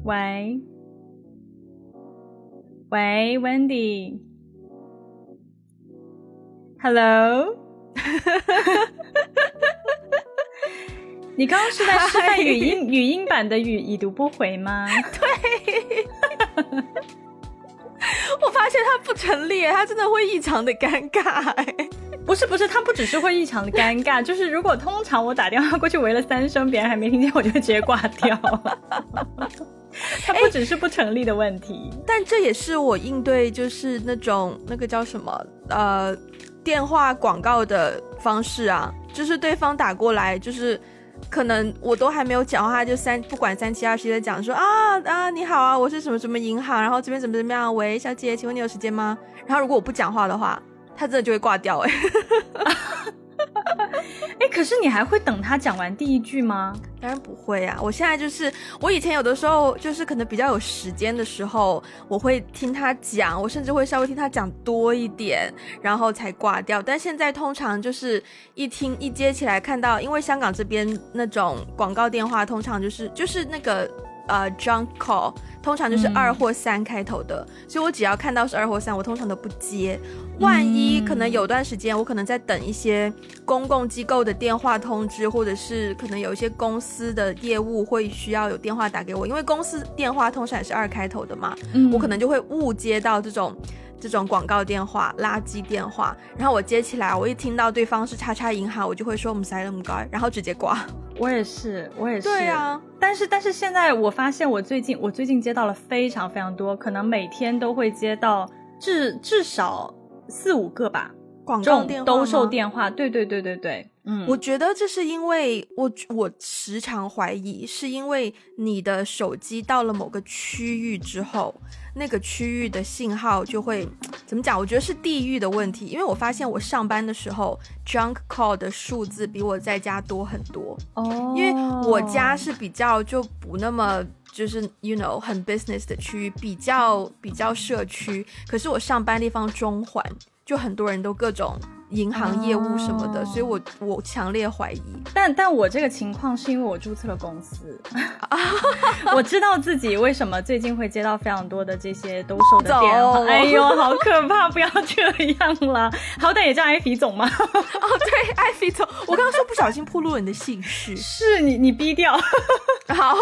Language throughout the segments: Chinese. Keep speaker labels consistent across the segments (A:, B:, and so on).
A: 喂喂 Wendy Hello 你刚刚是在示范语音版的已读不回吗？
B: 对我发现它不成立，它真的会异常的尴尬。
A: 不是，它不只是会异常的尴尬，就是如果通常我打电话过去喂了3声，别人还没听见，我就会直接挂掉了。它不只是不成立的问题，
B: 但这也是我应对就是那个叫什么电话广告的方式啊，就是对方打过来，就是可能我都还没有讲话，就不管3727的讲说你好啊，我是什么什么银行，然后这边怎么样，喂小姐，请问你有时间吗？然后如果我不讲话的话，他真的就会挂掉。
A: 可是你还会等他讲完第一句吗？
B: 当然不会啊，我现在就是我以前有的时候就是可能比较有时间的时候，我会听他讲，我甚至会稍微听他讲多一点然后才挂掉，但现在通常就是一接起来看到，因为香港这边那种广告电话通常就是那个junk call， 通常就是2或3开头的，所以我只要看到是2或3，我通常都不接。万一可能有段时间我可能在等一些公共机构的电话通知，或者是可能有一些公司的业务会需要有电话打给我，因为公司电话通常也是2开头的嘛，我可能就会误接到这种广告电话、垃圾电话，然后我接起来，我一听到对方是叉叉银行，我就会说不使了不该，然后直接挂。
A: 我也是。
B: 对啊，
A: 但是现在我发现我最近接到了非常非常多，可能每天都会接到至少4-5个吧，
B: 广告电话
A: 兜售电话。对，
B: 我觉得这是因为我时常怀疑是因为你的手机到了某个区域之后，那个区域的信号就会怎么讲，我觉得是地域的问题，因为我发现我上班的时候 junk call 的数字比我在家多很多。因为我家是比较就不那么就是 很 business 的区域，比较社区，可是我上班地方中环就很多人都各种银行业务什么的，所以我强烈怀疑。
A: 但我这个情况是因为我注册了公司我知道自己为什么最近会接到非常多的这些兜售的电话。哎呦好可怕，不要这样啦，好歹也叫艾菲总嘛。
B: 对，艾菲总，我刚刚说不小心暴露了你的姓氏。
A: 是你逼掉
B: 好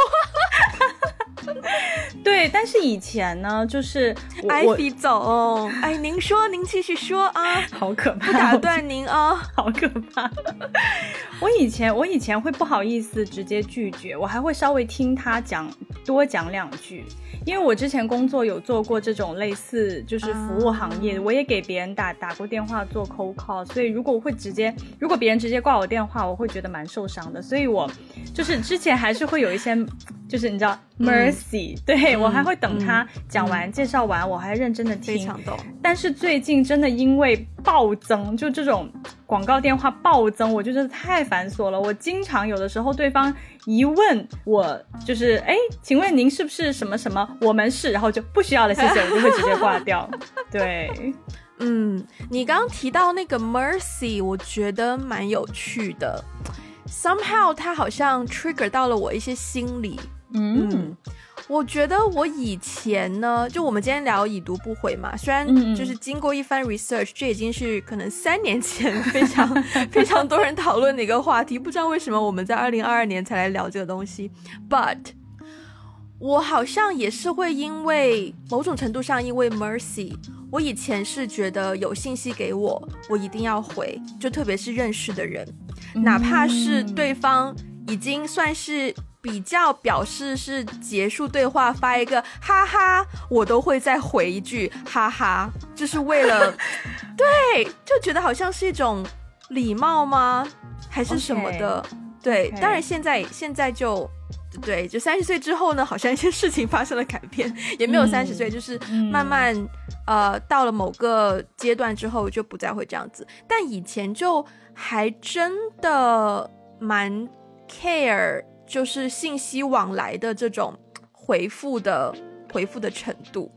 A: 对，但是以前呢就是
B: 艾菲总，您说，您继续说啊。
A: 好可怕，
B: 不打断您啊。
A: 好可怕。我以前会不好意思直接拒绝，我还会稍微听他多讲2句，因为我之前工作有做过这种类似就是服务行业，我也给别人打过电话做 cold call， 所以如果别人直接挂我电话，我会觉得蛮受伤的，所以我就是之前还是会有一些就是你知道 mercy，对，我还会等他讲完介绍完，我还认真的听。
B: 非常懂。
A: 但是最近真的因为暴增，就这种广告电话暴增，我觉得太繁琐了。我经常有的时候对方一问我就是请问您是不是什么什么，我们是，然后就不需要了谢谢，我就会直接挂掉。对，
B: 你刚刚提到那个 mercy 我觉得蛮有趣的， somehow 它好像 trigger 到了我一些心理。我觉得我以前呢，就我们今天聊已读不回嘛，虽然就是经过一番 research， 这已经是可能3年前非常非常多人讨论的一个话题，不知道为什么我们在2022年才来聊这个东西。 But 我好像也是会因为某种程度上因为 mercy， 我以前是觉得有信息给我一定要回，就特别是认识的人，哪怕是对方已经算是比较表示是结束对话发一个哈哈，我都会再回一句哈哈，就是为了对，就觉得好像是一种礼貌吗还是什么的。对，当然现在就对，就30岁之后呢，好像一些事情发生了改变，也没有30岁，就是慢慢到了某个阶段之后就不再会这样子。但以前就还真的蛮 care， 就是信息往来的这种回复的程度。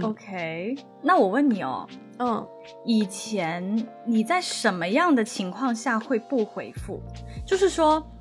A: OK， 那我问你哦，以前你在什么样的情况下会不回复？就是说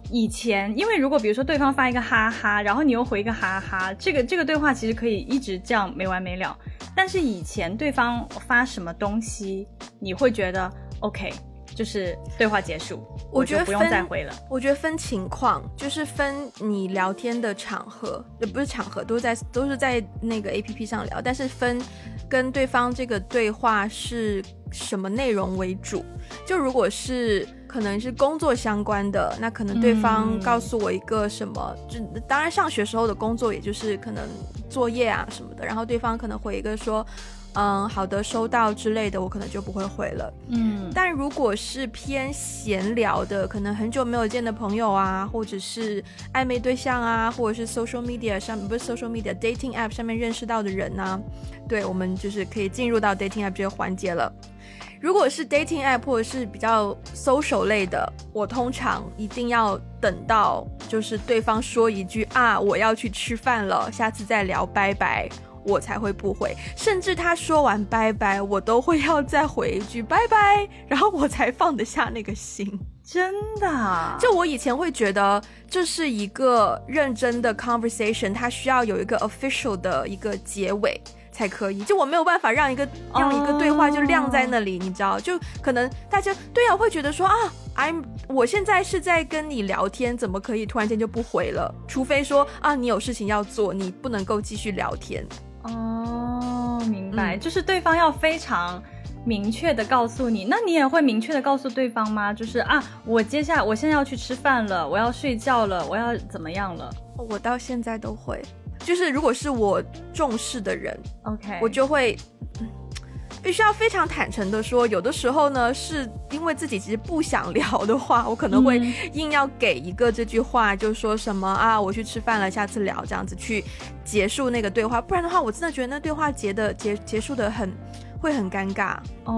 A: 以前，因为如果比如说对方发一个哈哈，然后你又回一个哈哈，这个对话其实可以一直这样没完没了。但是以前对方发什么东西，你会觉得 OK， 就是对话结束，我就不用再回了。
B: 我觉得分情况，就是分你聊天的场合，也不是场合，都是在那个 APP 上聊，但是分跟对方这个对话是什么内容为主。就如果是可能是工作相关的，那可能对方告诉我一个什么，就当然上学时候的工作也就是可能作业啊什么的，然后对方可能回一个说好的收到之类的，我可能就不会回了。但如果是偏闲聊的，可能很久没有见的朋友啊，或者是暧昧对象啊，或者是 social media 上，不是 social media dating app 上面认识到的人啊，对，我们就是可以进入到 dating app 这个环节了。如果是 dating app 或者是比较 social 类的，我通常一定要等到就是对方说一句我要去吃饭了，下次再聊，拜拜，我才会不回。甚至他说完拜拜，我都会要再回一句拜拜，然后我才放得下那个心。
A: 真的？
B: 就我以前会觉得这是一个认真的 conversation， 它需要有一个 official 的一个结尾才可以，就我没有办法让一个对话就晾在那里，你知道，就可能大家对啊会觉得说我现在是在跟你聊天，怎么可以突然间就不回了？除非说你有事情要做，你不能够继续聊天。
A: 明白，就是对方要非常明确的告诉你。那你也会明确的告诉对方吗？就是我现在要去吃饭了，我要睡觉了，我要怎么样了？
B: 我到现在都会，就是如果是我重视的人
A: OK，
B: 我就会必须要非常坦诚的说，有的时候呢是因为自己其实不想聊的话，我可能会硬要给一个这句话，就说什么我去吃饭了，下次聊，这样子去结束那个对话。不然的话我真的觉得那对话结束的会很尴尬。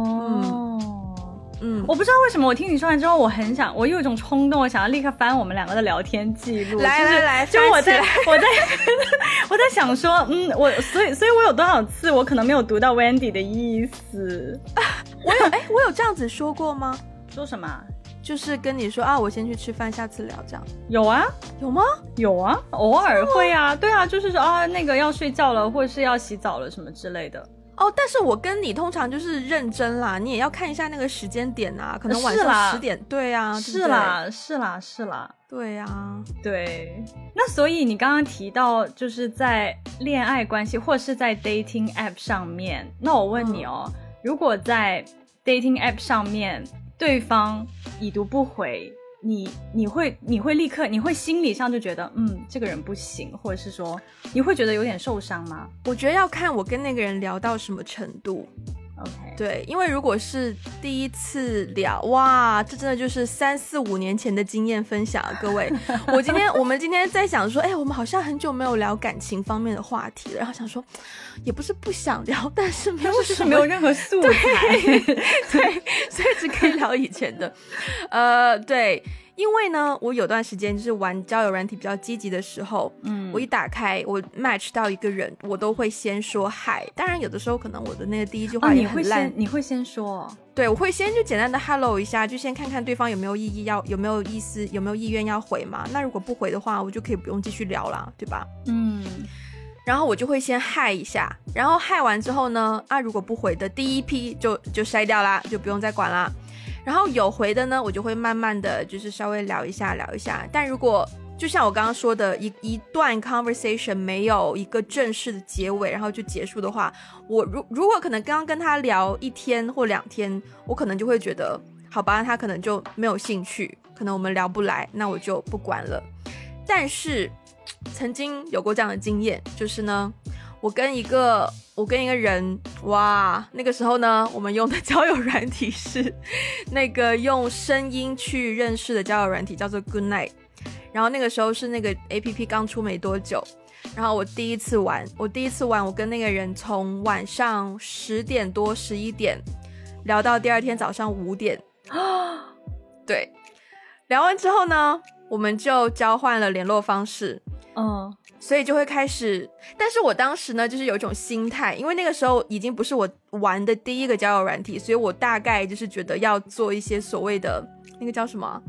A: 我不知道为什么我听你说完之后，我有一种冲动，我想要立刻翻我们两个的聊天记录。
B: 来，
A: 就我在想说，所以我有多少次我可能没有读到 Wendy 的意思？
B: 我有这样子说过吗？
A: 说什么？
B: 就是跟你说我先去吃饭，下次聊这样。
A: 有啊？
B: 有吗？
A: 有啊，偶尔会啊。对啊，就是说那个要睡觉了，或者是要洗澡了什么之类的。
B: 但是我跟你通常就是认真啦，你也要看一下那个时间点啊，可能晚上10点。对啊，
A: 是啦，
B: 对啊，
A: 对。那所以你刚刚提到就是在恋爱关系或是在 dating app 上面，那我问你如果在 dating app 上面对方已读不回，你会立刻，你会心理上就觉得这个人不行，或者是说你会觉得有点受伤吗？
B: 我觉得要看我跟那个人聊到什么程度。
A: OK，
B: 对，因为如果是第一次聊，哇，这真的就是3、4、5年前的经验分享各位。我们今天在想说，我们好像很久没有聊感情方面的话题了，然后想说，也不是不想聊，但是没
A: 有任何素材，
B: 对，所以只可以聊以前的，对。因为呢，我有段时间就是玩交友软体比较积极的时候，我一打开我 match 到一个人，我都会先说嗨。当然有的时候可能我的那个第一句话也很烂，
A: 你会先说？
B: 对，我会先就简单的 hello 一下，就先看看对方有没有有没有意思，有没有意愿要回嘛。那如果不回的话，我就可以不用继续聊啦，对吧？然后我就会先嗨一下，然后嗨完之后呢，如果不回的第一批就筛掉啦，就不用再管啦。然后有回的呢，我就会慢慢的就是稍微聊一下。但如果就像我刚刚说的一段 conversation 没有一个正式的结尾，然后就结束的话，我如果可能刚刚跟他聊1天或2天，我可能就会觉得好吧，他可能就没有兴趣，可能我们聊不来，那我就不管了。但是曾经有过这样的经验，就是呢我跟一个人，哇，那个时候呢，我们用的交友软体是那个用声音去认识的交友软体，叫做 Good Night。然后那个时候是那个 APP 刚出没多久，然后我第一次玩，我跟那个人从晚上10点多11点聊到第二天早上5点。对，聊完之后呢，我们就交换了联络方式。所以就会开始，但是我当时呢就是有一种心态，因为那个时候已经不是我玩的第一个交友软体，所以我大概就是觉得要做一些所谓的那个叫什么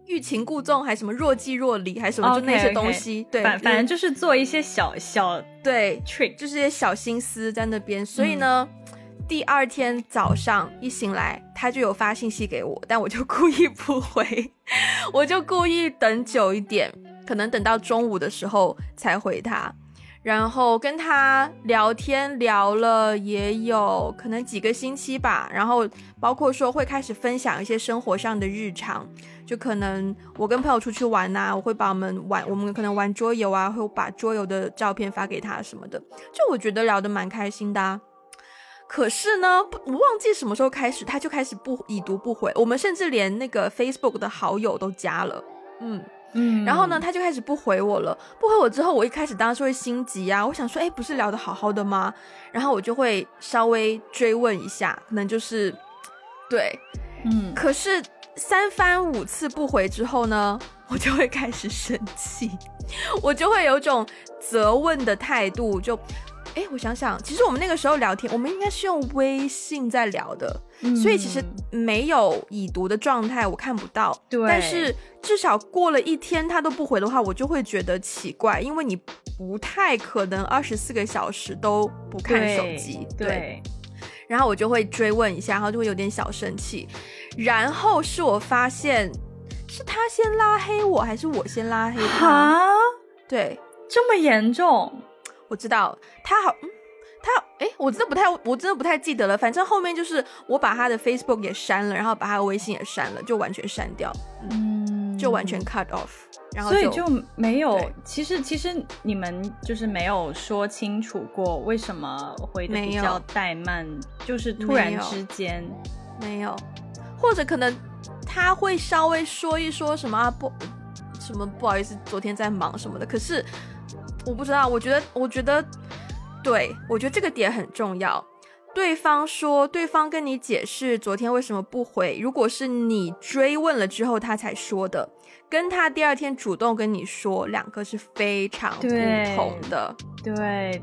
B: 欲擒故纵还什么若即若离还什么，就那些东西。对，
A: 反正就是做一些小
B: 对
A: trick，
B: 就是一些小心思在那边。所以呢，第二天早上一醒来，他就有发信息给我，但我就故意不回，我就故意等久一点，可能等到中午的时候才回他。然后跟他聊天聊了也有可能几个星期吧，然后包括说会开始分享一些生活上的日常，就可能我跟朋友出去玩啊，我会把我们可能玩桌游啊，会把桌游的照片发给他什么的，就我觉得聊得蛮开心的啊。可是呢，我忘记什么时候开始，他就开始已读不回，我们甚至连那个 Facebook 的好友都加了，然后呢，他就开始不回我了。不回我之后，我一开始当然是会心急啊，我想说，不是聊得好好的吗？然后我就会稍微追问一下，可能就是对，可是3番5次不回之后呢，我就会开始生气，我就会有种责问的态度，就我想想，其实我们那个时候聊天，我们应该是用微信在聊的，所以其实没有已读的状态，我看不到。
A: 对，
B: 但是至少过了1天他都不回的话，我就会觉得奇怪，因为你不太可能24个小时都不看手机。对。然后我就会追问一下，然后就会有点小生气。然后是我发现是他先拉黑我，还是我先拉黑他？
A: 哈？
B: 对，
A: 这么严重？
B: 我知道我真的不太记得了。反正后面就是我把他的 Facebook 也删了，然后把他的微信也删了，就完全删掉，就完全 cut off。然后
A: 所以就没有，其实你们就是没有说清楚过为什么回的比较怠慢，就是突然之间
B: 没有，或者可能他会稍微说一说什么不好意思，昨天在忙什么的。可是我不知道，我觉得对，我觉得这个点很重要。对方跟你解释昨天为什么不回，如果是你追问了之后他才说的，跟他第二天主动跟你说，两个是非常不同的。
A: 对，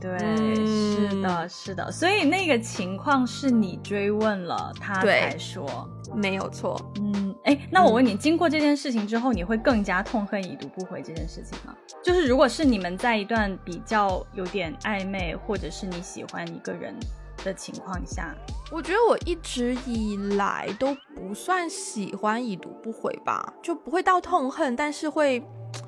A: 是的，所以那个情况是你追问了他才说，
B: 没有错。
A: 那我问你，经过这件事情之后，你会更加痛恨已读不回这件事情吗？就是如果是你们在一段比较有点暧昧，或者是你喜欢一个人的情况下，
B: 我觉得我一直以来都不算喜欢已读不回吧，就不会到痛恨，但是会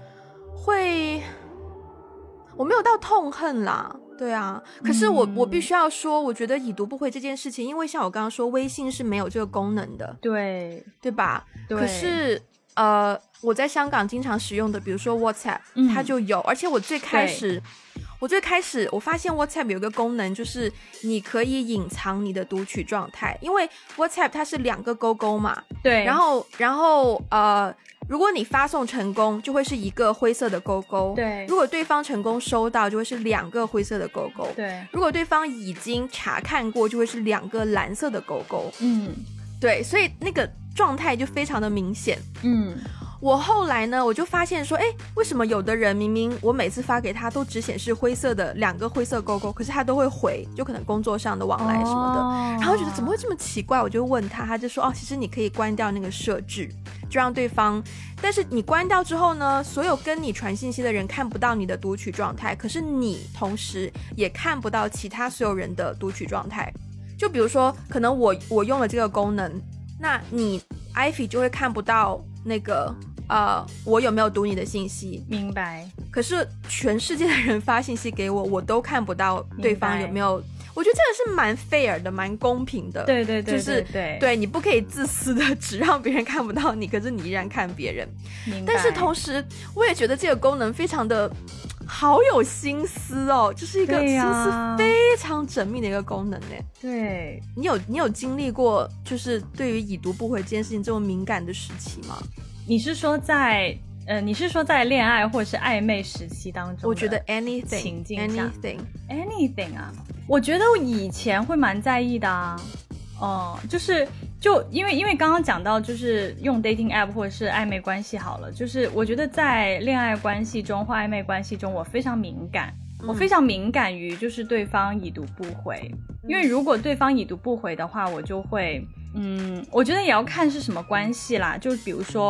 B: 我没有到痛恨啦。对啊，可是我必须要说，我觉得已读不回这件事情，因为像我刚刚说，微信是没有这个功能的，对吧？对。可是我在香港经常使用的，比如说 WhatsApp，它就有，而且我最开始我发现 WhatsApp 有一个功能，就是你可以隐藏你的读取状态，因为 WhatsApp 它是2个勾勾嘛，
A: 对，
B: 然后如果你发送成功，就会是1个灰色的勾勾，
A: 对，
B: 如果对方成功收到，就会是2个灰色的勾勾，
A: 对，
B: 如果对方已经查看过，就会是2个蓝色的勾勾，对，所以那个状态就非常的明显。我后来呢，我就发现说，为什么有的人明明我每次发给他都只显示灰色的2个灰色勾勾，可是他都会回，就可能工作上的往来什么的，然后觉得怎么会这么奇怪，我就问他，他就说其实你可以关掉那个设置，就让对方，但是你关掉之后呢，所有跟你传信息的人看不到你的读取状态，可是你同时也看不到其他所有人的读取状态。就比如说可能我用了这个功能，那你 Ivy 就会看不到那个我有没有读你的信息，
A: 明白？可
B: 是全世界的人发信息给我，我都看不到对方有没有。我觉得这个是蛮 fair 的，蛮公平的。
A: 对，
B: 就是对，你不可以自私的只让别人看不到你，可是你依然看别人。明白。但是同时，我也觉得这个功能非常的好有心思哦，就是一个心思非常缜密的一个功能呢。
A: 对，
B: 你有经历过就是对于已读不回这件事情这么敏感的时期吗？
A: 你是说在恋爱或者是暧昧时期当中？
B: 我觉得 anything
A: 情境下
B: anything
A: 啊，我觉得我以前会蛮在意的啊。就因为刚刚讲到就是用 dating app 或者是暧昧关系好了，就是我觉得在恋爱关系中或暧昧关系中，我非常敏感于就是对方已读不回，因为如果对方已读不回的话，我就会我觉得也要看是什么关系啦，就比如说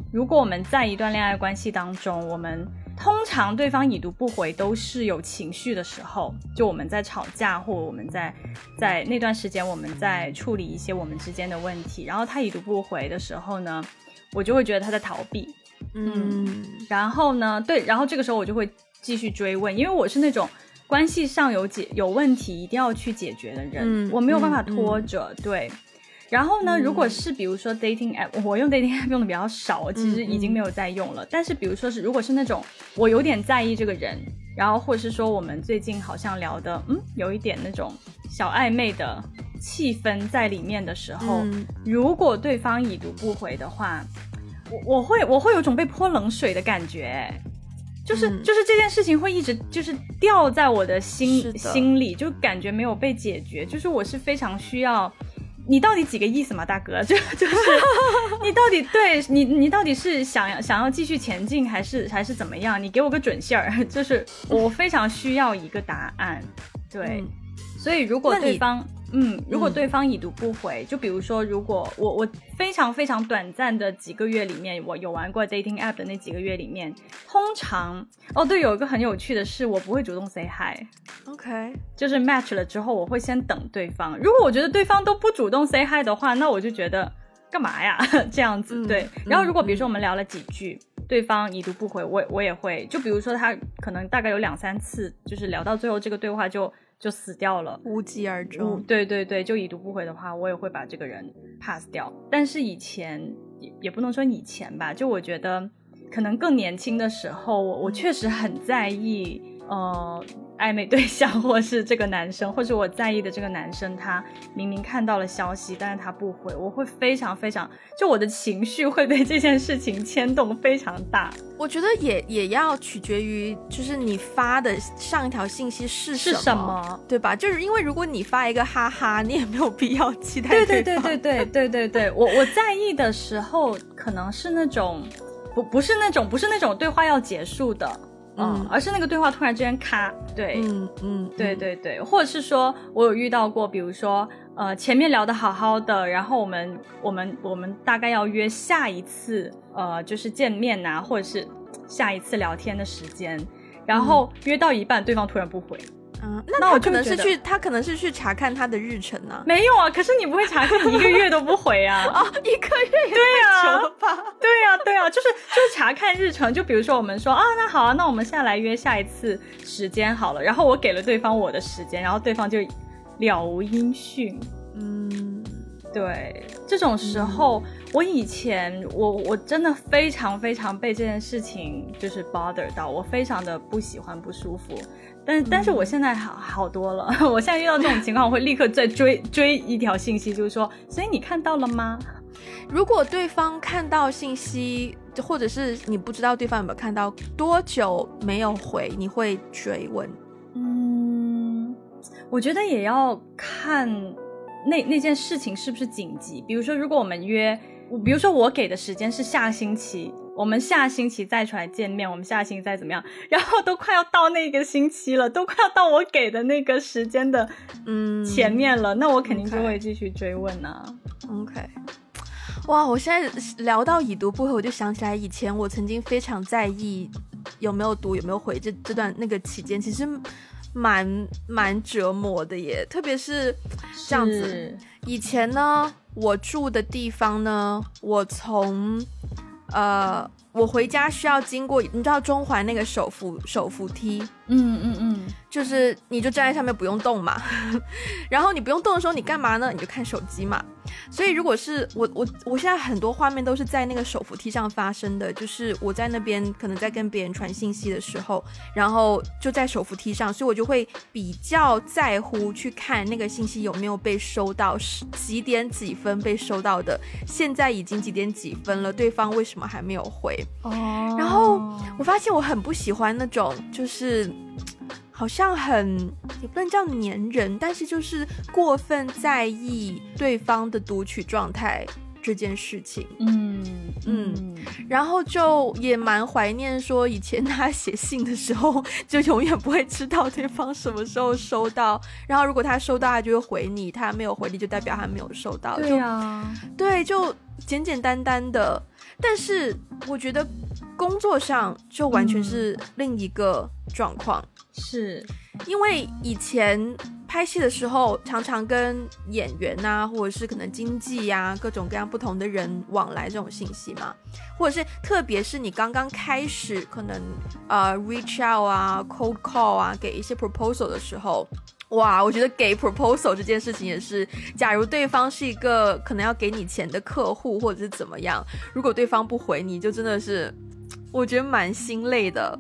A: 如果我们在一段恋爱关系当中，我们通常对方已读不回都是有情绪的时候，就我们在吵架，或我们在那段时间我们在处理一些我们之间的问题，然后他已读不回的时候呢，我就会觉得他在逃避。然后呢，对，然后这个时候我就会继续追问，因为我是那种关系上有问题一定要去解决的人，我没有办法拖着，对。然后呢，如果是比如说 dating app， 我用 dating app 用的比较少，其实已经没有在用了，但是比如说如果是那种我有点在意这个人，然后或者是说我们最近好像聊的有一点那种小暧昧的气氛在里面的时候，如果对方已读不回的话，我会有种被泼冷水的感觉，就是这件事情会一直就是掉在我的心里，就感觉没有被解决，就是我是非常需要你到底几个意思嘛，大哥？就是你到底对你到底是想要继续前进，还是怎么样？你给我个准信儿，就是我非常需要一个答案。对，所以如果对方如果对方已读不回，就比如说如果我非常非常短暂的几个月里面，我有玩过 dating app 的那几个月里面，通常对，有一个很有趣的是，我不会主动 say hi。OK， 就是 match 了之后，我会先等对方。如果我觉得对方都不主动 say hi 的话，那我就觉得干嘛呀这样子。对，然后如果比如说我们聊了几句，对方已读不回，我也会，就比如说他可能大概有2-3次，就是聊到最后这个对话就死掉了，
B: 无疾而终。
A: 对对对，就已读不回的话，我也会把这个人 pass 掉。但是以前也不能说以前吧，就我觉得可能更年轻的时候，我确实很在意暧昧对象，或是这个男生，或是我在意的这个男生，他明明看到了消息，但是他不回，我会非常非常，就我的情绪会被这件事情牵动非常大。
B: 我觉得也要取决于就是你发的上一条信息是什么，对吧？就是因为如果你发一个哈哈，你也没有必要期待对方。
A: 对，我在意的时候可能是那种不是那种对话要结束的，而是那个对话突然之间咔，对，对，或者是说我有遇到过，比如说前面聊得好好的，然后我们大概要约下一次就是见面啊，或者是下一次聊天的时间，然后约到一半对方突然不回。
B: 那他可能是去查看他的日程啊。
A: 没有啊，可是你不会查看1个月都不回啊。
B: 1个月也太久了吧。
A: 对啊，就是查看日程。就比如说我们说那好啊，那我们现在来约下一次时间好了，然后我给了对方我的时间，然后对方就了无音讯。对，这种时候我以前我真的非常非常被这件事情就是 bother 到，我非常的不喜欢不舒服，但是我现在好多了。我现在遇到这种情况我会立刻再追一条信息，就是说所以你看到了吗？
B: 如果对方看到信息，或者是你不知道对方有没有看到，多久没有回你会追问？
A: 我觉得也要看那件事情是不是紧急。比如说如果我们约，比如说我给的时间是下星期，我们下星期再出来见面，我们下星期再怎么样，然后都快要到那个星期了，都快要到我给的那个时间的前面了，那我肯定就会继续追问啊。
B: OK， 哇，我现在聊到已读不回，我就想起来以前我曾经非常在意有没有读有没有回，这段那个期间其实蛮折磨的耶，特别是这样子。以前呢，我住的地方呢，我从我回家需要经过，你知道中环那个手扶梯，就是你就站在上面不用动嘛，然后你不用动的时候你干嘛呢？你就看手机嘛。所以如果是我现在很多画面都是在那个手扶梯上发生的，就是我在那边可能在跟别人传信息的时候，然后就在手扶梯上，所以我就会比较在乎去看那个信息有没有被收到，几点几分被收到的，现在已经几点几分了，对方为什么还没有回？然后我发现我很不喜欢那种就是好像也不能叫黏人，但是就是过分在意对方的读取状态这件事情。然后就也蛮怀念说以前他写信的时候就永远不会知道对方什么时候收到，然后如果他收到他就会回你，他没有回你就代表他没有收到。
A: 对啊，
B: 对，就简简单单的，但是我觉得工作上就完全是另一个状况。
A: 是
B: 因为以前拍戏的时候常常跟演员啊，或者是可能经纪啊，各种各样不同的人往来这种信息嘛，或者是特别是你刚刚开始可能reach out 啊 cold call 啊，给一些 proposal 的时候，哇，我觉得给 proposal 这件事情也是，假如对方是一个可能要给你钱的客户或者是怎么样，如果对方不回你，就真的是我觉得蛮心累的。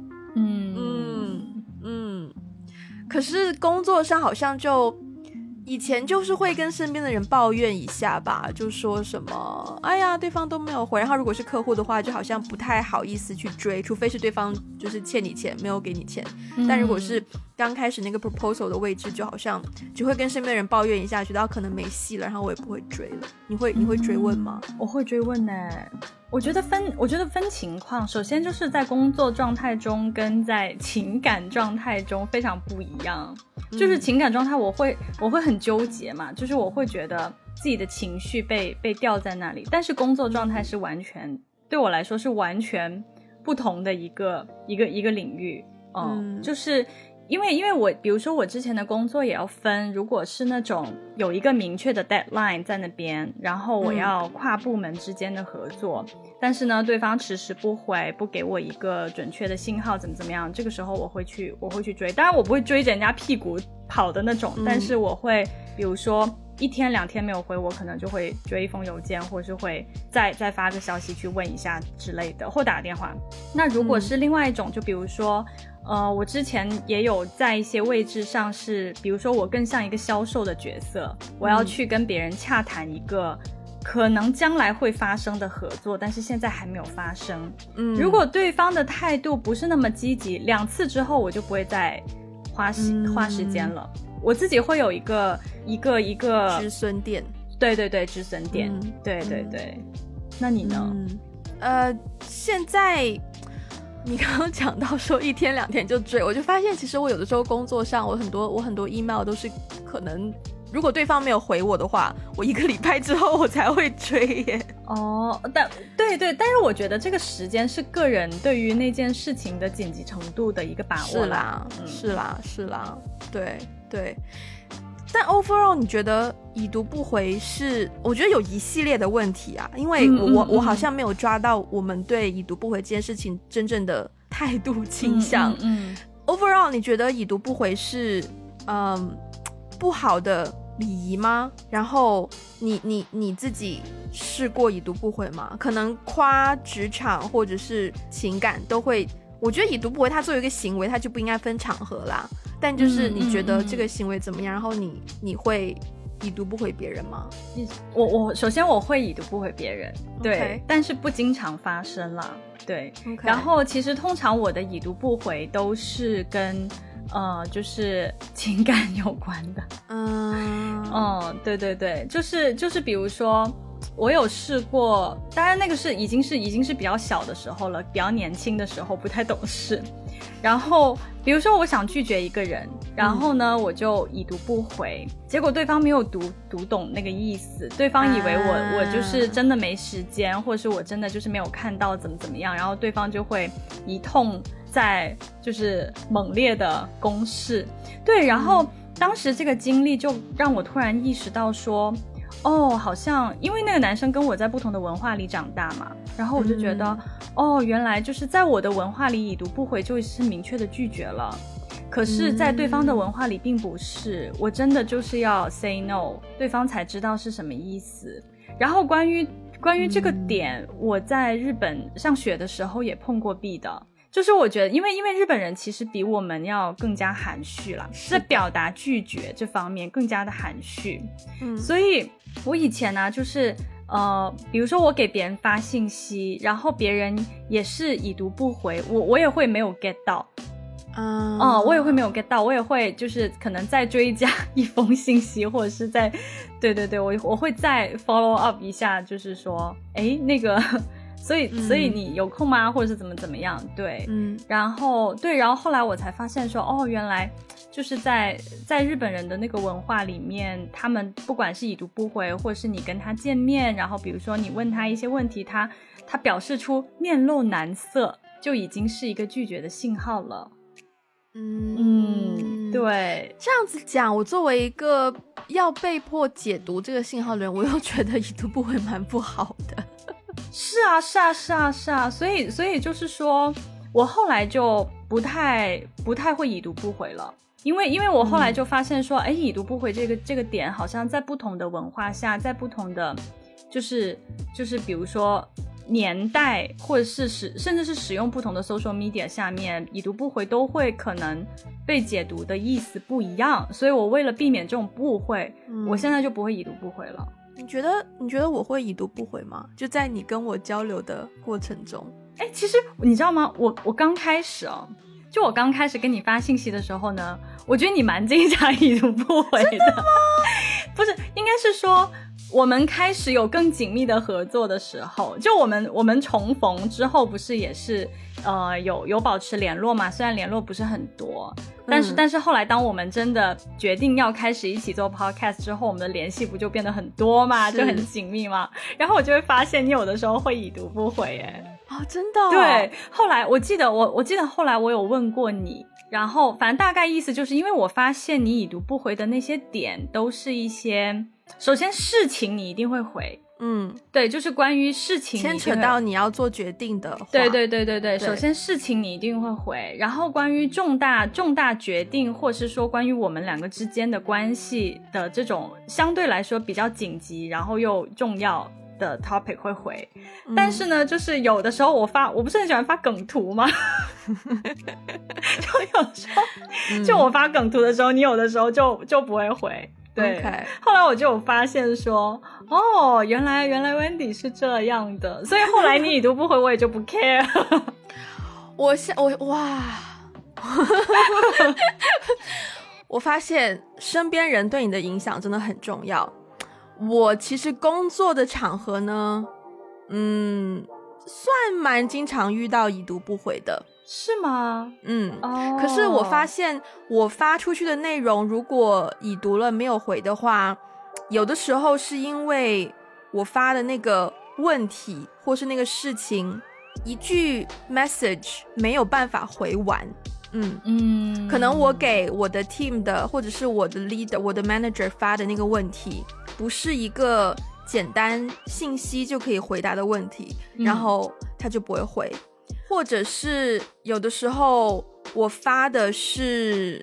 B: 可是工作上好像就以前就是会跟身边的人抱怨一下吧，就说什么哎呀对方都没有回，然后如果是客户的话就好像不太好意思去追，除非是对方就是欠你钱没有给你钱，但如果是刚开始那个 proposal 的位置，就好像只会跟身边的人抱怨一下，觉得可能没戏了，然后我也不会追了。你会追问吗？
A: 我会追问我觉得分情况，首先就是在工作状态中跟在情感状态中非常不一样。就是情感状态我会很纠结嘛，就是我会觉得自己的情绪被吊在那里，但是工作状态是完全对我来说是完全不同的一个领域。就是因为我比如说我之前的工作也要分，如果是那种有一个明确的 deadline 在那边，然后我要跨部门之间的合作，但是呢对方迟迟不回，不给我一个准确的信号怎么样，这个时候我会去追，当然我不会追着人家屁股跑的那种，但是我会比如说1天2天没有回我，可能就会追一封邮件，或是会再发个消息去问一下之类的，或打电话。那如果是另外一种，就比如说我之前也有在一些位置上是，比如说我更像一个销售的角色，我要去跟别人洽谈一个可能将来会发生的合作，但是现在还没有发生。如果对方的态度不是那么积极，2次之后我就不会再花时间了。我自己会有一个
B: 止损点。
A: 对对对，止损点。对对对。那你呢？
B: 现在你刚刚讲到说1天2天就追，我就发现其实我有的时候工作上我很多 email 都是可能如果对方没有回我的话，我1个礼拜之后我才会追耶。
A: 对对，但是我觉得这个时间是个人对于那件事情的紧急程度的一个把握啦。
B: 是啦，对。但 overall 你觉得已读不回是，我觉得有一系列的问题啊，因为我好像没有抓到我们对已读不回这件事情真正的态度倾向。overall 你觉得已读不回是不好的礼仪吗？然后你自己试过已读不回吗？可能夸职场或者是情感都会，我觉得已读不回它作为一个行为，它就不应该分场合啦。但就是你觉得这个行为怎么样？然后你会已读不回别人吗？
A: 我首先我会已读不回别人，对，
B: Okay.
A: 但是不经常发生啦，对。Okay. 然后其实通常我的已读不回都是跟就是情感有关的。对对对，就是比如说我有试过，当然那个是已经是比较小的时候了，比较年轻的时候，不太懂事。然后比如说我想拒绝一个人，然后呢我就已读不回，结果对方没有读懂那个意思，对方以为我就是真的没时间，或者是我真的就是没有看到怎么样，然后对方就会一通在就是猛烈的攻势。对，然后当时这个经历就让我突然意识到说，好像因为那个男生跟我在不同的文化里长大嘛，然后我就觉得原来就是在我的文化里已读不回就是明确的拒绝了，可是在对方的文化里并不是，我真的就是要 say no， 对方才知道是什么意思。然后关于这个点，我在日本上学的时候也碰过壁的，就是我觉得因为日本人其实比我们要更加含蓄啦，在表达拒绝这方面更加的含蓄。所以我以前呢就是比如说我给别人发信息，然后别人也是已读不回，我也会没有 get 到。我也会没有 get 到，我也会就是可能再追加一封信息，或者是再对我会再 follow up 一下，就是说那个所以你有空吗？或者是怎么样？对，然后后来我才发现说，哦，原来就是在日本人的那个文化里面，他们不管是已读不回，或者是你跟他见面，然后比如说你问他一些问题，他表示出面露难色，就已经是一个拒绝的信号了。对，
B: 这样子讲，我作为一个要被迫解读这个信号的人，我又觉得已读不回蛮不好的。
A: 是啊，所以就是说我后来就不太会已读不回了，因为我后来就发现说，已读不回这个点好像在不同的文化下，在不同的就是比如说年代，或者是甚至是使用不同的 social media 下面，已读不回都会可能被解读的意思不一样，所以我为了避免这种误会，我现在就不会已读不回了。
B: 你觉得我会已读不回吗？就在你跟我交流的过程中。
A: 其实你知道吗，我刚开始就我刚开始跟你发信息的时候呢，我觉得你蛮经常已读不回的。真的吗？不是，应该是说我们开始有更紧密的合作的时候，就我们重逢之后不是也是有保持联络嘛，虽然联络不是很多，但是后来当我们真的决定要开始一起做 podcast 之后，我们的联系不就变得很多嘛，就很紧密嘛，然后我就会发现你有的时候会已读不回
B: 真的
A: 对，后来我记得后来我有问过你，然后反正大概意思就是因为我发现你已读不回的那些点都是一些，首先事情你一定会回，对，就是关于事情
B: 牵扯到你要做决定的话，
A: 对，首先事情你一定会回，然后关于重大决定，或是说关于我们两个之间的关系的这种相对来说比较紧急然后又重要的 topic 会回，但是呢就是有的时候我不是很喜欢发梗图吗就有时候就我发梗图的时候，你有的时候就不会回，对，okay. 后来我就有发现说，原来 Wendy 是这样的，所以后来你已读不回我也就不 care
B: 哇我发现身边人对你的影响真的很重要。我其实工作的场合呢，算蛮经常遇到已读不回的。
A: 是吗？
B: 可是我发现我发出去的内容如果已读了没有回的话，有的时候是因为我发的那个问题或是那个事情一句 message 没有办法回完。可能我给我的 team 的或者是我的 leader 我的 manager 发的那个问题不是一个简单信息就可以回答的问题，然后他就不会回，或者是有的时候我发的是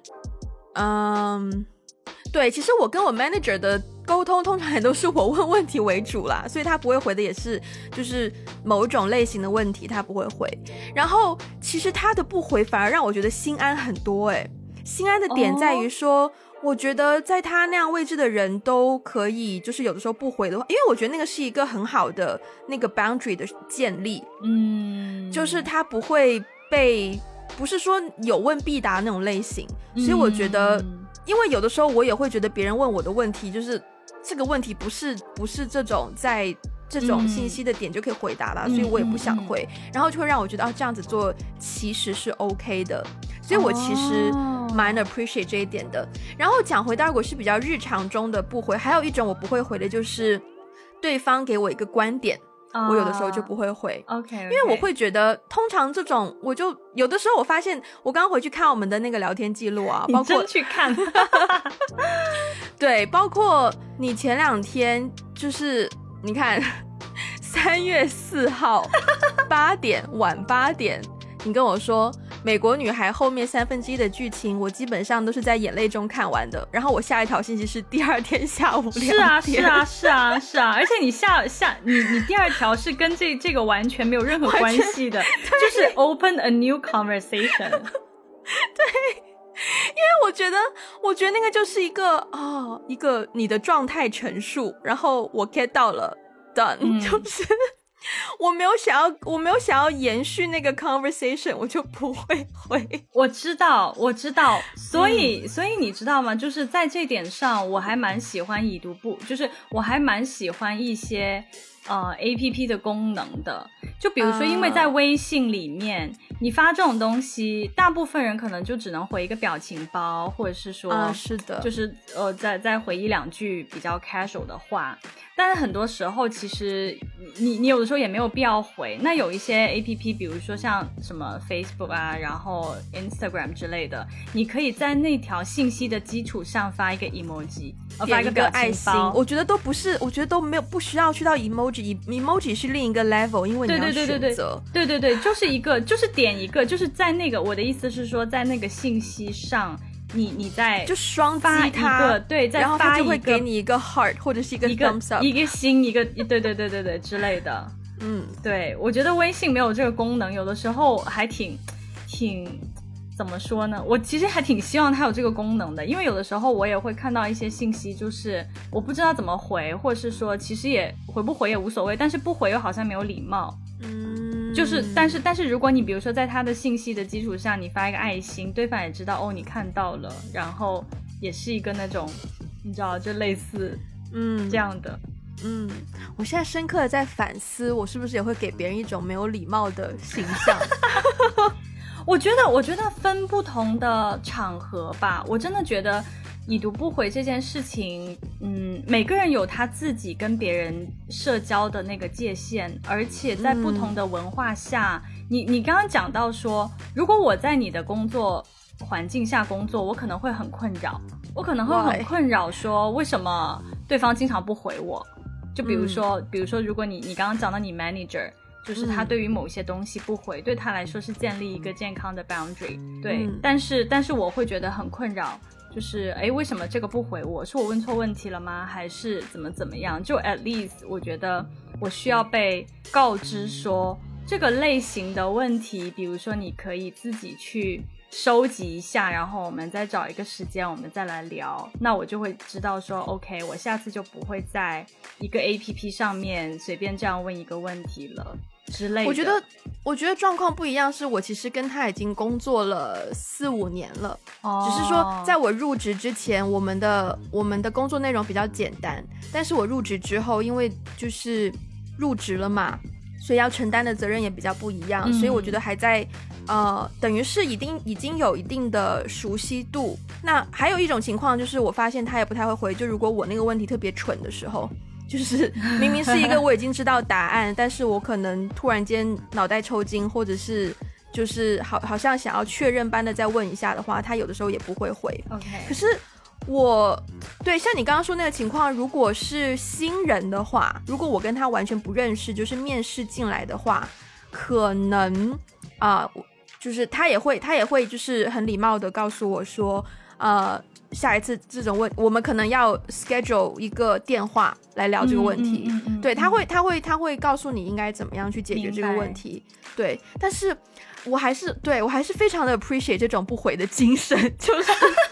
B: 对，其实我跟我 manager 的沟通通常也都是我问问题为主啦，所以他不会回的也是就是某种类型的问题他不会回，然后其实他的不回反而让我觉得心安很多心安的点在于说我觉得在他那样位置的人都可以就是有的时候不回的话，因为我觉得那个是一个很好的那个 boundary 的建立，就是他不会被不是说有问必答那种类型，所以我觉得因为有的时候我也会觉得别人问我的问题就是这个问题不是这种在这种信息的点就可以回答啦，所以我也不想回，然后就会让我觉得这样子做其实是 OK 的，所以我其实蛮 appreciate 这一点的。然后讲回到如果是比较日常中的不回，还有一种我不会回的就是对方给我一个观点，我有的时候就不会回
A: ，OK，
B: 因为我会觉得通常这种我就有的时候我发现我刚刚回去看我们的那个聊天记录啊，包括
A: 你真去看
B: 对，包括你前2天就是你看3月4号晚8点你跟我说美国女孩后面1/3的剧情我基本上都是在眼泪中看完的，然后我下一条信息是第2天下午2点。
A: 是啊，而且你你第2条是跟这个完全没有任何关系的，就是 open a new conversation
B: 对，因为我觉得那个就是一个你的状态陈述，然后我 get 到了 done，就是我没有想要延续那个 conversation， 我就不会回。
A: 我知道，所以你知道吗？就是在这点上，我还蛮喜欢已读不，就是我还蛮喜欢一些 APP 的功能的。就比如说因为在微信里面你发这种东西，大部分人可能就只能回一个表情包，或者是说
B: 是的，
A: 就是再回一两句比较 casual 的话。但是很多时候其实你有的时候也没有必要回。那有一些 APP 比如说像什么 Facebook 啊，然后 Instagram 之类的，你可以在那条信息的基础上发一个 emoji， 发一个表情包。
B: 我觉得都不是，我觉得都没有不需要去到 emoji 是另一个 level， 因为你要选择。
A: 对，就是一个就是点一个，就是在那个，我的意思是说在那个信息上你再
B: 就双击
A: 它，对，再发一个，
B: 然后它就会给你一个 heart 或者是一个 thumbs up，
A: 一个心，一个对之类的。对，我觉得微信没有这个功能，有的时候还挺怎么说呢，我其实还挺希望它有这个功能的。因为有的时候我也会看到一些信息，就是我不知道怎么回，或者是说其实也回不回也无所谓，但是不回又好像没有礼貌。就是但是如果你比如说在他的信息的基础上你发一个爱心，对方也知道你看到了，然后也是一个那种你知道就类似这样的。
B: 我现在深刻的在反思，我是不是也会给别人一种没有礼貌的形象。
A: 我觉得分不同的场合吧，我真的觉得已读不回这件事情，每个人有他自己跟别人社交的那个界限，而且在不同的文化下，你刚刚讲到说，如果我在你的工作环境下工作，我可能会很困扰，说为什么对方经常不回我。就比如说如果你刚刚讲到你 manager， 就是他对于某些东西不回，对他来说是建立一个健康的 boundary， 对，但是我会觉得很困扰，就是为什么这个不回我？是我问错问题了吗？还是怎么样？就 at least 我觉得我需要被告知说这个类型的问题，比如说你可以自己去收集一下，然后我们再找一个时间我们再来聊，那我就会知道说 OK， 我下次就不会在一个 APP 上面随便这样问一个问题了之类的。
B: 我觉得状况不一样，是我其实跟他已经工作了4-5年了，只是说在我入职之前我们的工作内容比较简单，但是我入职之后，因为就是入职了嘛，所以要承担的责任也比较不一样，所以我觉得还在等于是已经有一定的熟悉度。那还有一种情况就是我发现他也不太会回，就如果我那个问题特别蠢的时候，就是明明是一个我已经知道答案但是我可能突然间脑袋抽筋，或者是就是好像想要确认般的再问一下的话，他有的时候也不会回。
A: OK，
B: 可是对，像你刚刚说那个情况，如果是新人的话，如果我跟他完全不认识，就是面试进来的话，可能就是他也会就是很礼貌的告诉我说下一次这种我们可能要 schedule 一个电话来聊这个问题。对，他会告诉你应该怎么样去解决这个问题。对，但是我还是非常的 appreciate 这种不回的精神，就是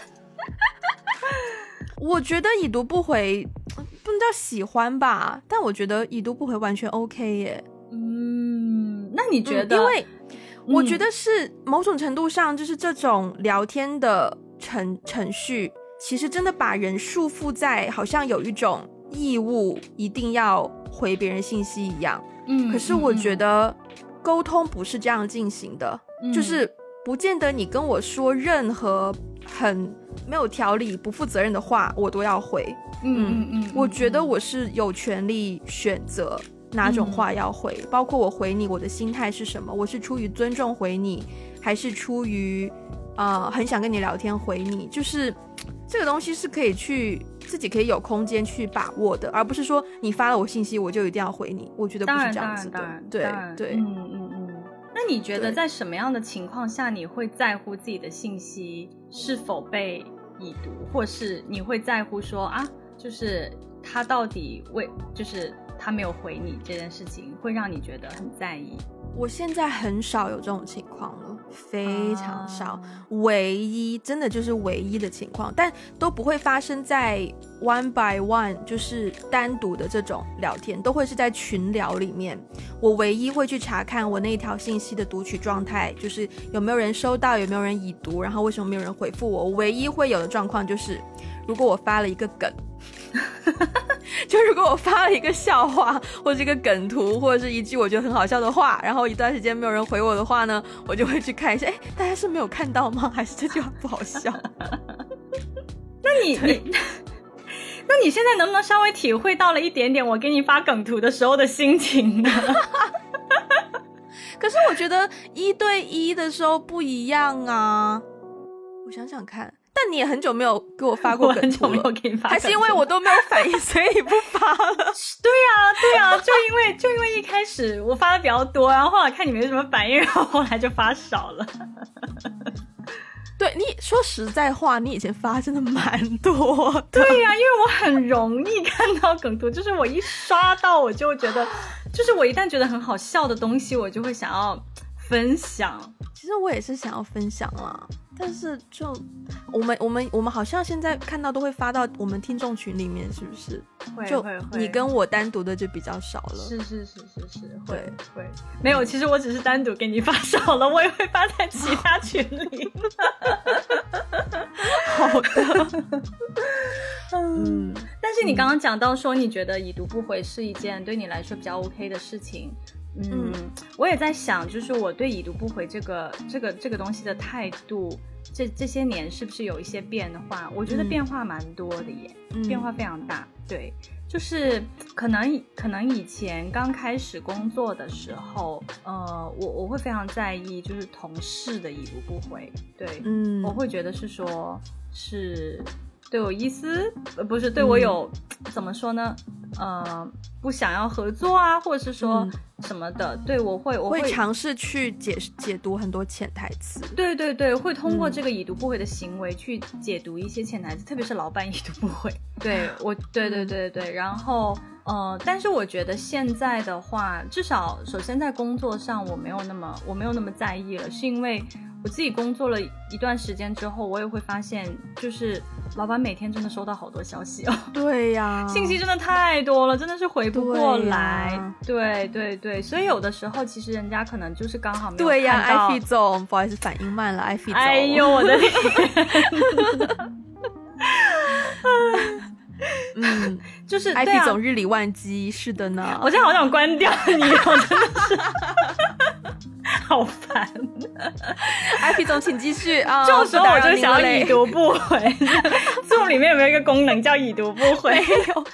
B: 我觉得已读不回不能叫喜欢吧，但我觉得已读不回完全 OK 耶。
A: 那你觉得？
B: 因为我觉得是某种程度上，就是这种聊天的程序，其实真的把人束缚在好像有一种义务一定要回别人信息一样。可是我觉得沟通不是这样进行的，就是不见得你跟我说任何很没有条理不负责任的话我都要回。我觉得我是有权利选择哪种话要回，包括我回你我的心态是什么，我是出于尊重回你，还是出于很想跟你聊天回你，就是这个东西是可以去自己可以有空间去把握的，而不是说你发了我信息我就一定要回你，我觉得不是这样子的。对，
A: 那你觉得在什么样的情况下你会在乎自己的信息是否被已读，或是你会在乎说就是他到底就是他没有回你这件事情会让你觉得很在意？
B: 我现在很少有这种情况了，非常少，唯一真的就是唯一的情况，但都不会发生在 one by one 就是单独的这种聊天，都会是在群聊里面。我唯一会去查看我那一条信息的读取状态，就是有没有人收到，有没有人已读，然后为什么没有人回复我。我唯一会有的状况就是如果我发了一个梗就如果我发了一个笑话或者一个梗图或者是一句我觉得很好笑的话，然后一段时间没有人回我的话呢，我就会去看一下，大家是没有看到吗？还是这句话不好笑？
A: 那你现在能不能稍微体会到了一点点我给你发梗图的时候的心情呢？
B: 可是我觉得1对1的时候不一样啊，我想想看。但你也很久没有给我发过梗图了，
A: 我很久没有给你发梗图，
B: 还是因为我都没有反应所以你不发了？
A: 对啊，就因为一开始我发的比较多，然后后来看你没什么反应，然后后来就发少了。
B: 对，你说实在话，你以前发真的蛮多的。
A: 对啊，因为我很容易看到梗图，就是我一刷到我就觉得，就是我一旦觉得很好笑的东西，我就会想要分享。
B: 其实我也是想要分享啦，但是就我们好像现在看到都会发到我们听众群里面，是不是？
A: 会
B: 你跟我单独的就比较少了。
A: 是，会。没有，其实我只是单独给你发少了，我也会发在其他群里。
B: 好的。
A: 但是你刚刚讲到说你觉得已读不回是一件对你来说比较 OK 的事情。我也在想，就是我对已读不回这个东西的态度，这些年是不是有一些变化？我觉得变化蛮多的耶，变化非常大。对，就是可能以前刚开始工作的时候，我会非常在意就是同事的已读不回。对，我会觉得是说是对我意思，不是对我有怎么说呢？不想要合作啊，或者是说什么的，对，我会
B: 尝试去解读很多潜台词。
A: 对，会通过这个已读不回的行为去解读一些潜台词，特别是老板已读不回。对，对，然后但是我觉得现在的话，至少首先在工作上我没有那么在意了，是因为我自己工作了一段时间之后，我也会发现，就是老板每天真的收到好多消息哦。
B: 对呀，
A: 信息真的太多了，真的是回不过来。对，所以有的时候其实人家可能就是刚好没有看到。
B: 对呀，艾菲总，不好意思，反应慢了，艾菲总。
A: 哎呦，我的天！就是
B: 艾菲总日理万机，是的呢。
A: 我现在好想关掉你，我真的是。好烦。
B: 艾菲总请继续啊！
A: 这种时候我就想要已读不回。Zoom 里面有没有一个功能叫已读不回？
B: 没有。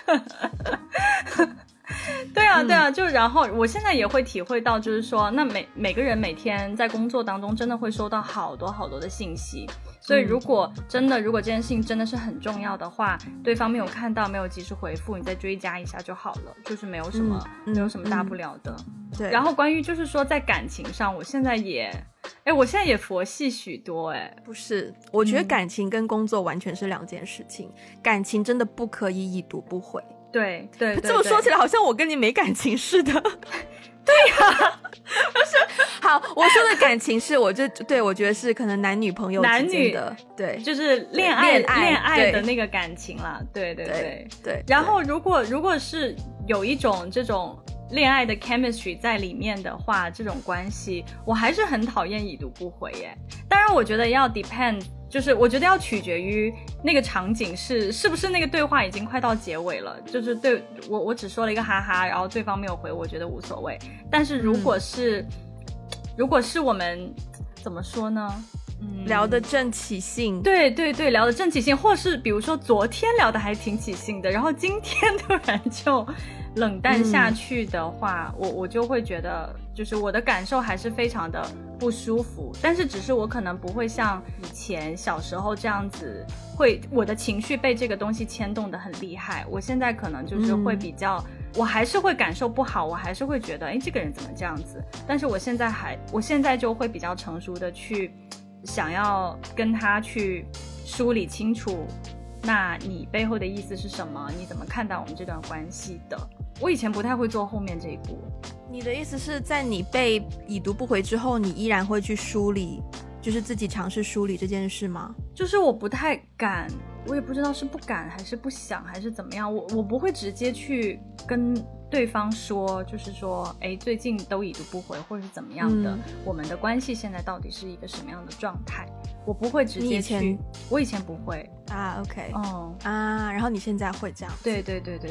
A: 对啊，就然后我现在也会体会到，就是说那每个人每天在工作当中真的会收到好多好多的信息，所以如果这件事情真的是很重要的话，对方没有看到没有及时回复，你再追加一下就好了，就是没有什么大不了的。
B: 对。
A: 然后关于就是说在感情上，我现在也佛系许多。
B: 不是，我觉得感情跟工作完全是两件事情，感情真的不可以已读不回。
A: 对，
B: 这么说起来好像我跟你没感情似的。
A: 对呀，
B: 好，我说的感情是我觉得是可能男女朋友之间的，对，
A: 就是恋爱的那个感情啦。对。然后如果是有一种这种恋爱的 chemistry 在里面的话，这种关系我还是很讨厌已读不回耶。当然我觉得要 depend， 就是我觉得要取决于那个场景是不是那个对话已经快到结尾了，就是对我只说了一个哈哈，然后对方没有回，我觉得无所谓。但是如果是我们怎么说呢，
B: 聊得正起兴，
A: 对，聊得正起兴，或是比如说昨天聊得还挺起兴的，然后今天突然就冷淡下去的话，我就会觉得就是我的感受还是非常的不舒服。但是只是我可能不会像以前小时候这样子，我的情绪被这个东西牵动得很厉害。我现在可能就是会比较我还是会感受不好，我还是会觉得这个人怎么这样子。但是我现在就会比较成熟的去想要跟他去梳理清楚，那你背后的意思是什么？你怎么看待我们这段关系的？我以前不太会做后面这一步。
B: 你的意思是在你被已读不回之后，你依然会去梳理，就是自己尝试梳理这件事吗？
A: 就是我不太敢，我也不知道是不敢还是不想还是怎么样，我不会直接去跟对方说，就是说最近都已读不回或者是怎么样的，我们的关系现在到底是一个什么样的状态。 我不会直接去。我以前不会
B: 啊 OK 然后你现在会这样？
A: 对。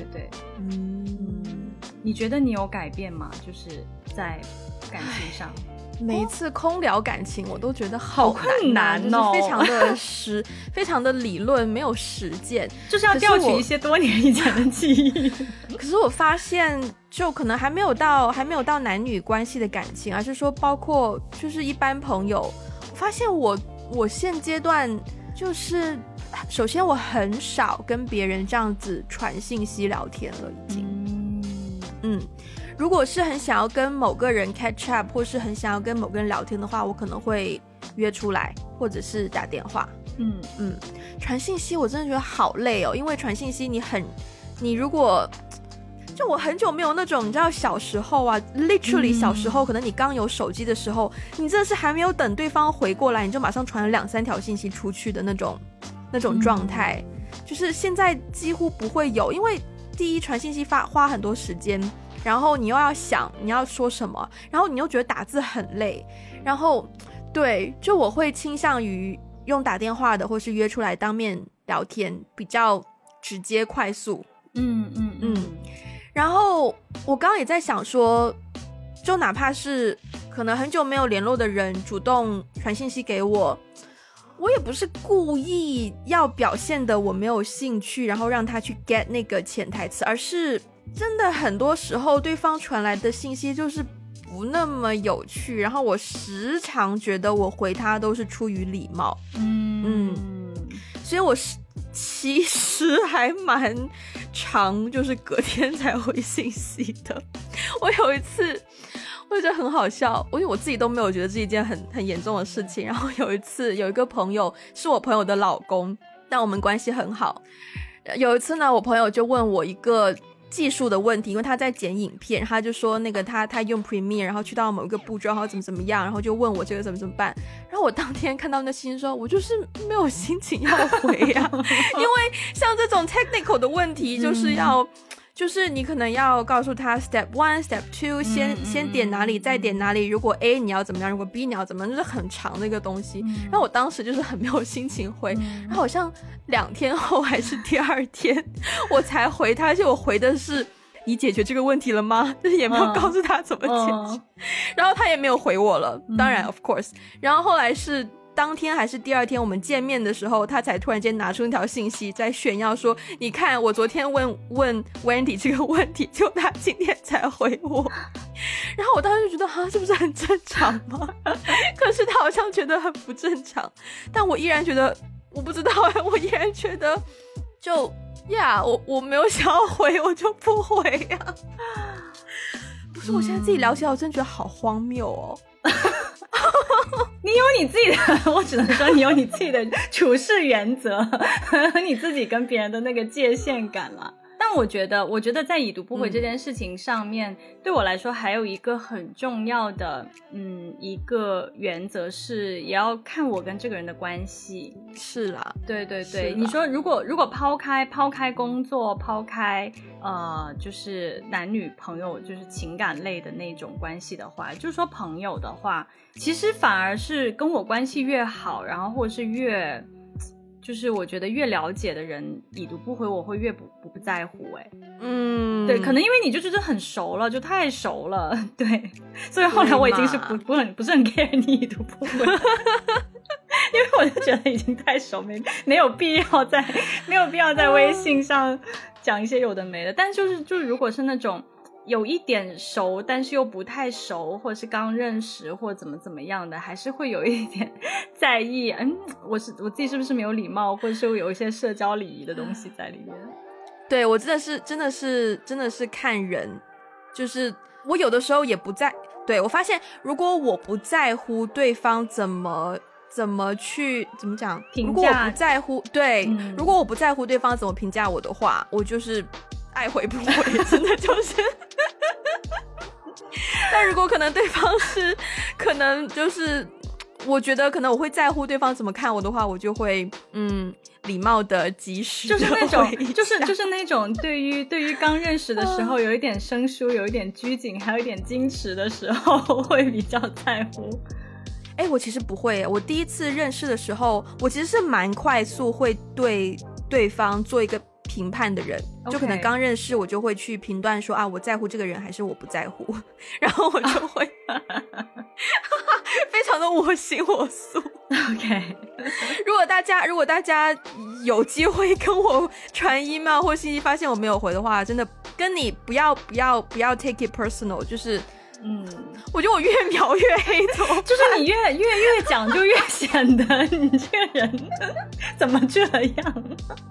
A: 你觉得你有改变吗？就是在感情上。
B: 每一次空聊感情我都觉得好
A: 困难
B: 哦，就是非常的理论，没有实践，
A: 就是要调取一些多年以前的记忆。
B: 可是我发现就可能还没有到男女关系的感情，而是说包括就是一般朋友，我发现我现阶段就是首先我很少跟别人这样子传信息聊天了已经。如果是很想要跟某个人 catch up 或是很想要跟某个人聊天的话，我可能会约出来或者是打电话。传信息我真的觉得好累哦，因为传信息你如果就我很久没有那种你知道小时候啊 literally 小时候可能你刚有手机的时候，你真的是还没有等对方回过来你就马上传了2-3条信息出去的那种状态，就是现在几乎不会有，因为第一传信息花很多时间，然后你又要想你要说什么，然后你又觉得打字很累，然后对，就我会倾向于用打电话的或是约出来当面聊天，比较直接快速。然后我刚刚也在想说，就哪怕是可能很久没有联络的人主动传信息给我，我也不是故意要表现的我没有兴趣，然后让他去 get 那个潜台词，而是真的很多时候对方传来的信息就是不那么有趣，然后我时常觉得我回他都是出于礼貌。所以我其实还蛮常就是隔天才回信息的。我有一次我觉得很好笑，因为我自己都没有觉得是一件很严重的事情，然后有一次有一个朋友是我朋友的老公，但我们关系很好。有一次呢，我朋友就问我一个技术的问题，因为他在剪影片，他就说那个他用 Premiere 然后去到某一个步骤然后怎么样，然后就问我这个怎么办，然后我当天看到那信息说我就是没有心情要回啊因为像这种 technical 的问题就是要就是你可能要告诉他 step 1 step 2 先点哪里再点哪里，如果 A 你要怎么样，如果 B 你要怎么样，就是很长的一个东西。然后我当时就是很没有心情回，然后好像2天后还是第2天我才回他，而且我回的是你解决这个问题了吗，就是也没有告诉他怎么解决然后他也没有回我了，当然 of course。 然后后来是当天还是第2天我们见面的时候，他才突然间拿出那条信息在炫耀说你看我昨天问 Wendy 这个问题，就他今天才回我然后我当时就觉得这不是很正常吗可是他好像觉得很不正常，但我依然觉得我不知道我依然觉得就我没有想要回我就不回不是，我现在自己聊起来我真的觉得好荒谬哦
A: 你有你自己的，我只能说你有你自己的处事原则和你自己跟别人的那个界限感啦。但我觉得在已读不回这件事情上面，对我来说还有一个很重要的一个原则是也要看我跟这个人的关系。
B: 是啦，
A: 对对对，你说如果抛开工作，抛开就是男女朋友就是情感类的那种关系的话，就是说朋友的话，其实反而是跟我关系越好，然后或者是越就是我觉得越了解的人已读不回我会越不在乎对，可能因为你就真的很熟了，就太熟了，对，所以后来我已经是不是很 care 你已读不回因为我就觉得已经太熟，没有必要在微信上讲一些有的没的。但就是如果是那种有一点熟但是又不太熟，或者是刚认识或者怎么样的，还是会有一点在意我自己是不是没有礼貌，或者是有一些社交礼仪的东西在里面。
B: 对，我真的是看人，就是我有的时候也不在，对，我发现如果我不在乎对方怎么去怎么讲评价，如果我不在乎如果我不在乎对方怎么评价我的话，我就是爱回不回真的就是但如果可能对方是可能就是我觉得可能我会在乎对方怎么看我的话，我就会礼貌的及时的
A: 就是那种就是那种对于刚认识的时候有一点生疏有一点拘谨还有一点矜持的时候会比较在乎。
B: 我其实不会，我第一次认识的时候，我其实是蛮快速会对对方做一个评判的人，就可能刚认识我就会去评断说我在乎这个人还是我不在乎，然后我就会非常的我行我素。
A: OK，
B: 如果大家有机会跟我传 email 或信息发现我没有回的话，真的跟你不要 take it personal， 就是我觉得我越描越黑头，
A: 就是你越讲就越显得你这个人怎么这样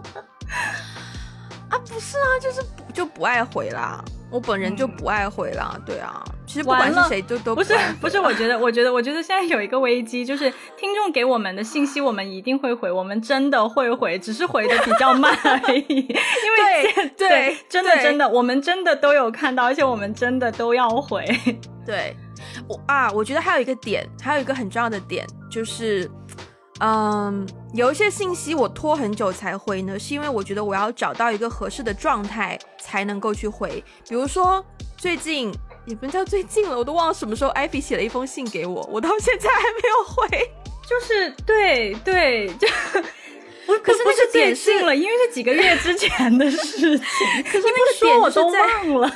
B: 不是就不爱回啦，我本人就不爱回啦，对啊，其实不管是谁都不爱回啦。不是，
A: 我觉得现在有一个危机，就是听众给我们的信息我们一定会回，我们真的会回，只是回的比较慢而已。因为对，真的我们真的都有看到，而且我们真的都要回。
B: 对，我觉得还有一个很重要的点就是有一些信息我拖很久才回呢，是因为我觉得我要找到一个合适的状态才能够去回。比如说最近也不叫最近了，我都忘了什么时候 Ivy 写了一封信给我，我到现在还没有回。
A: 就是对就可是那个点信了，因为是几个月之前的事情。可是那个点我都忘了。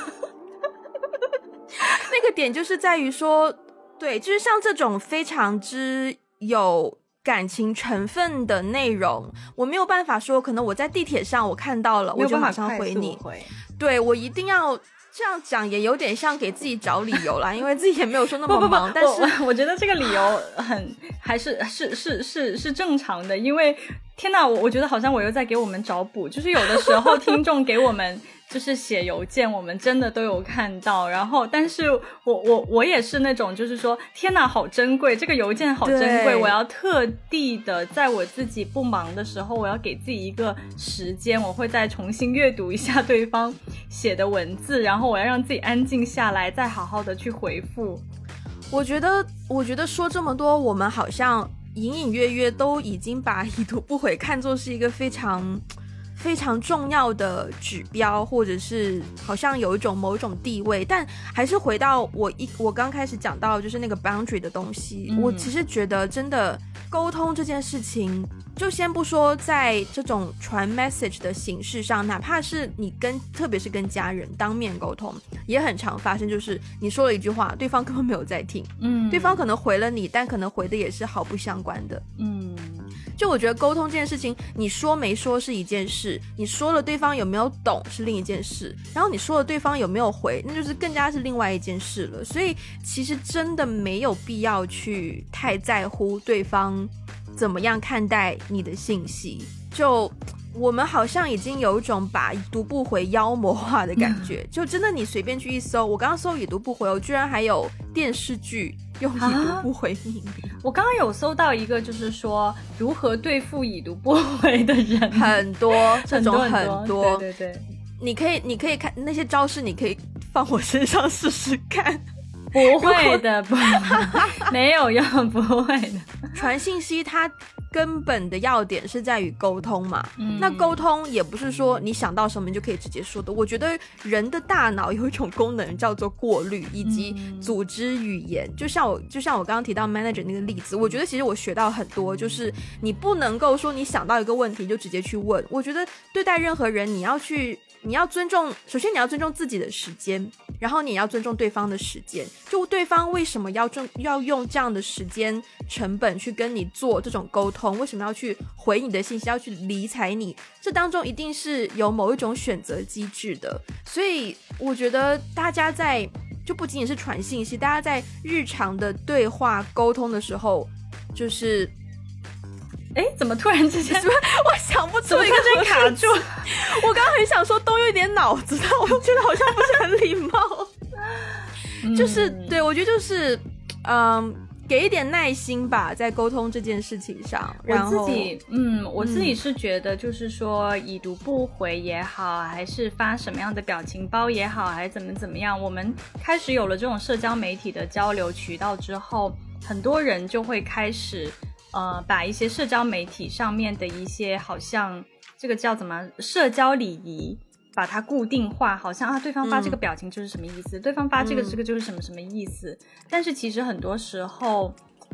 B: 那个点就是在于说，对，就是像这种非常之有感情成分的内容，我没有办法说可能我在地铁上我看到了我就马上回你，对，我一定要这样讲，也有点像给自己找理由啦，因为自己也没有说那么忙。但是
A: 我觉得这个理由还是正常的，因为天哪，我觉得好像我又在给我们找补，就是有的时候听众给我们就是写邮件，我们真的都有看到，然后但是我也是那种就是说天哪好珍贵，这个邮件好珍贵，我要特地的在我自己不忙的时候，我要给自己一个时间，我会再重新阅读一下对方写的文字，然后我要让自己安静下来，再好好的去回复。
B: 我觉得说这么多，我们好像隐隐约约都已经把已读不回看作是一个非常非常重要的指标，或者是好像有一种某一种地位，但还是回到我刚开始讲到就是那个 boundary 的东西，我其实觉得真的沟通这件事情，就先不说在这种传 message 的形式上，哪怕是你特别是跟家人当面沟通，也很常发生，就是你说了一句话，对方根本没有在听，对方可能回了你，但可能回的也是毫不相关的，就我觉得沟通这件事情，你说没说是一件事，你说了对方有没有懂是另一件事，然后你说了对方有没有回，那就是更加是另外一件事了。所以其实真的没有必要去太在乎对方怎么样看待你的信息，就我们好像已经有一种把已读不回妖魔化的感觉，就真的你随便去一搜，我刚刚搜已读不回，我居然还有电视剧用已读不回命名。
A: 我刚刚有搜到一个，就是说如何对付已读不回的人，
B: 很多这种很多，
A: 对，
B: 你可以看那些招式，你可以放我身上试试看。
A: 不会的，没有用，不会的。
B: 传信息它根本的要点是在于沟通嘛，那沟通也不是说你想到什么你就可以直接说的。我觉得人的大脑有一种功能叫做过滤以及组织语言，就像我刚刚提到 manager 那个例子，我觉得其实我学到很多，就是你不能够说你想到一个问题就直接去问。我觉得对待任何人，你要尊重，首先你要尊重自己的时间，然后你也要尊重对方的时间，就对方为什么要用这样的时间成本去跟你做这种沟通，为什么要去回你的信息，要去理睬你，这当中一定是有某一种选择机制的。所以我觉得大家就不仅仅是传信息，大家在日常的对话沟通的时候，就是
A: 怎么突然之间
B: 我想不出一个
A: 真卡住
B: 我刚刚很想说动用一点脑子，但我觉得好像不是很礼貌就是对，我觉得就是给一点耐心吧，在沟通这件事情上。然后
A: 我自己是觉得就是说已读不回也好，还是发什么样的表情包也好，还是怎么样，我们开始有了这种社交媒体的交流渠道之后，很多人就会开始把一些社交媒体上面的一些好像这个叫怎么社交礼仪把它固定化，好像对方发这个表情就是什么意思，对方发这个就是什么意思。但是其实很多时候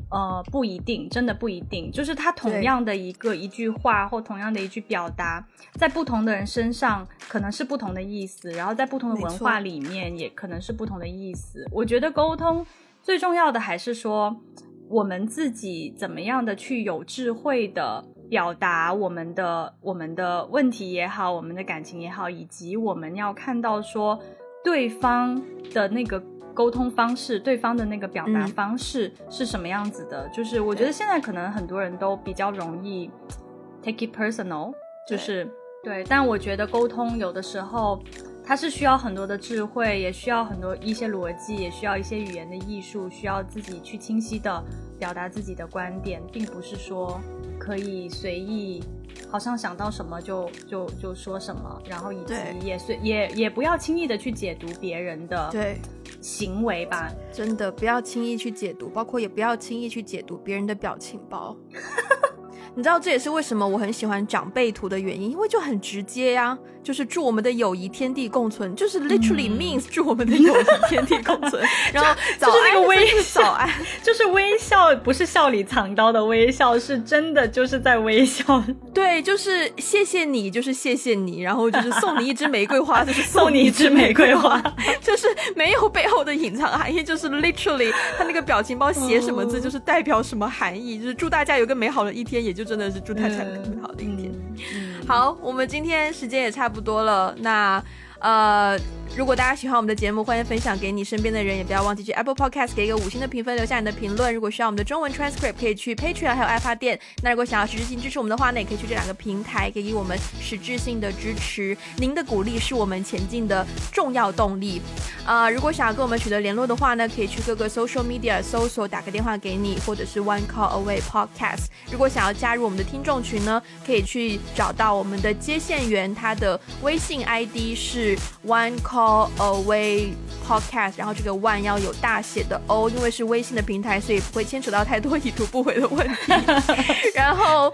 A: 不一定，真的不一定，就是它同样的一句话或同样的一句表达，在不同的人身上可能是不同的意思，然后在不同的文化里面也可能是不同的意思。我觉得沟通最重要的还是说我们自己怎么样的去有智慧的表达我们的问题也好，我们的感情也好，以及我们要看到说对方的那个沟通方式，对方的那个表达方式是什么样子的。就是我觉得现在可能很多人都比较容易 take it personal， 就是对，但我觉得沟通有的时候它是需要很多的智慧，也需要很多一些逻辑，也需要一些语言的艺术，需要自己去清晰的表达自己的观点，并不是说可以随意好像想到什么就说什么，然后以及也不要轻易的去解读别人的行为吧。
B: 真的不要轻易去解读，包括也不要轻易去解读别人的表情包你知道这也是为什么我很喜欢长辈图的原因，因为就很直接呀，就是祝我们的友谊天地共存，就是 literally means 祝我们的友谊天地共存然后早安
A: 就是那个微
B: 笑，早安
A: 就是微笑，不是笑里藏刀的微笑，是真的就是在微笑。
B: 对，就是谢谢你，就是谢谢你，然后就是送你一支玫瑰花就是送你一支玫瑰花就是没有背后的隐藏含义，就是 literally 他那个表情包写什么字就是代表什么含义，就是祝大家有个美好的一天，也就真的是祝大家有个美好的一天。好，我们今天时间也差不多了，那如果大家喜欢我们的节目，欢迎分享给你身边的人，也不要忘记去 Apple Podcast 给一个5星的评分，留下你的评论。如果需要我们的中文 transcript 可以去 Patreon 还有爱发电，那如果想要实质性支持我们的话呢，也可以去这2个平台给我们实质性的支持，您的鼓励是我们前进的重要动力。如果想要跟我们取得联络的话呢，可以去各个 social media 搜索打个电话给你，或者是 One Call Away Podcast。 如果想要加入我们的听众群呢，可以去找到我们的接线员，他的微信 ID 是 One Call Away Podcast， 然后这个 One 要有大写的 O， 因为是微信的平台，所以不会牵扯到太多已读不回的问题然后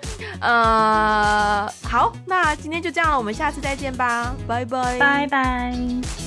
B: 好，那今天就这样了，我们下次再见吧，拜拜
A: 拜拜。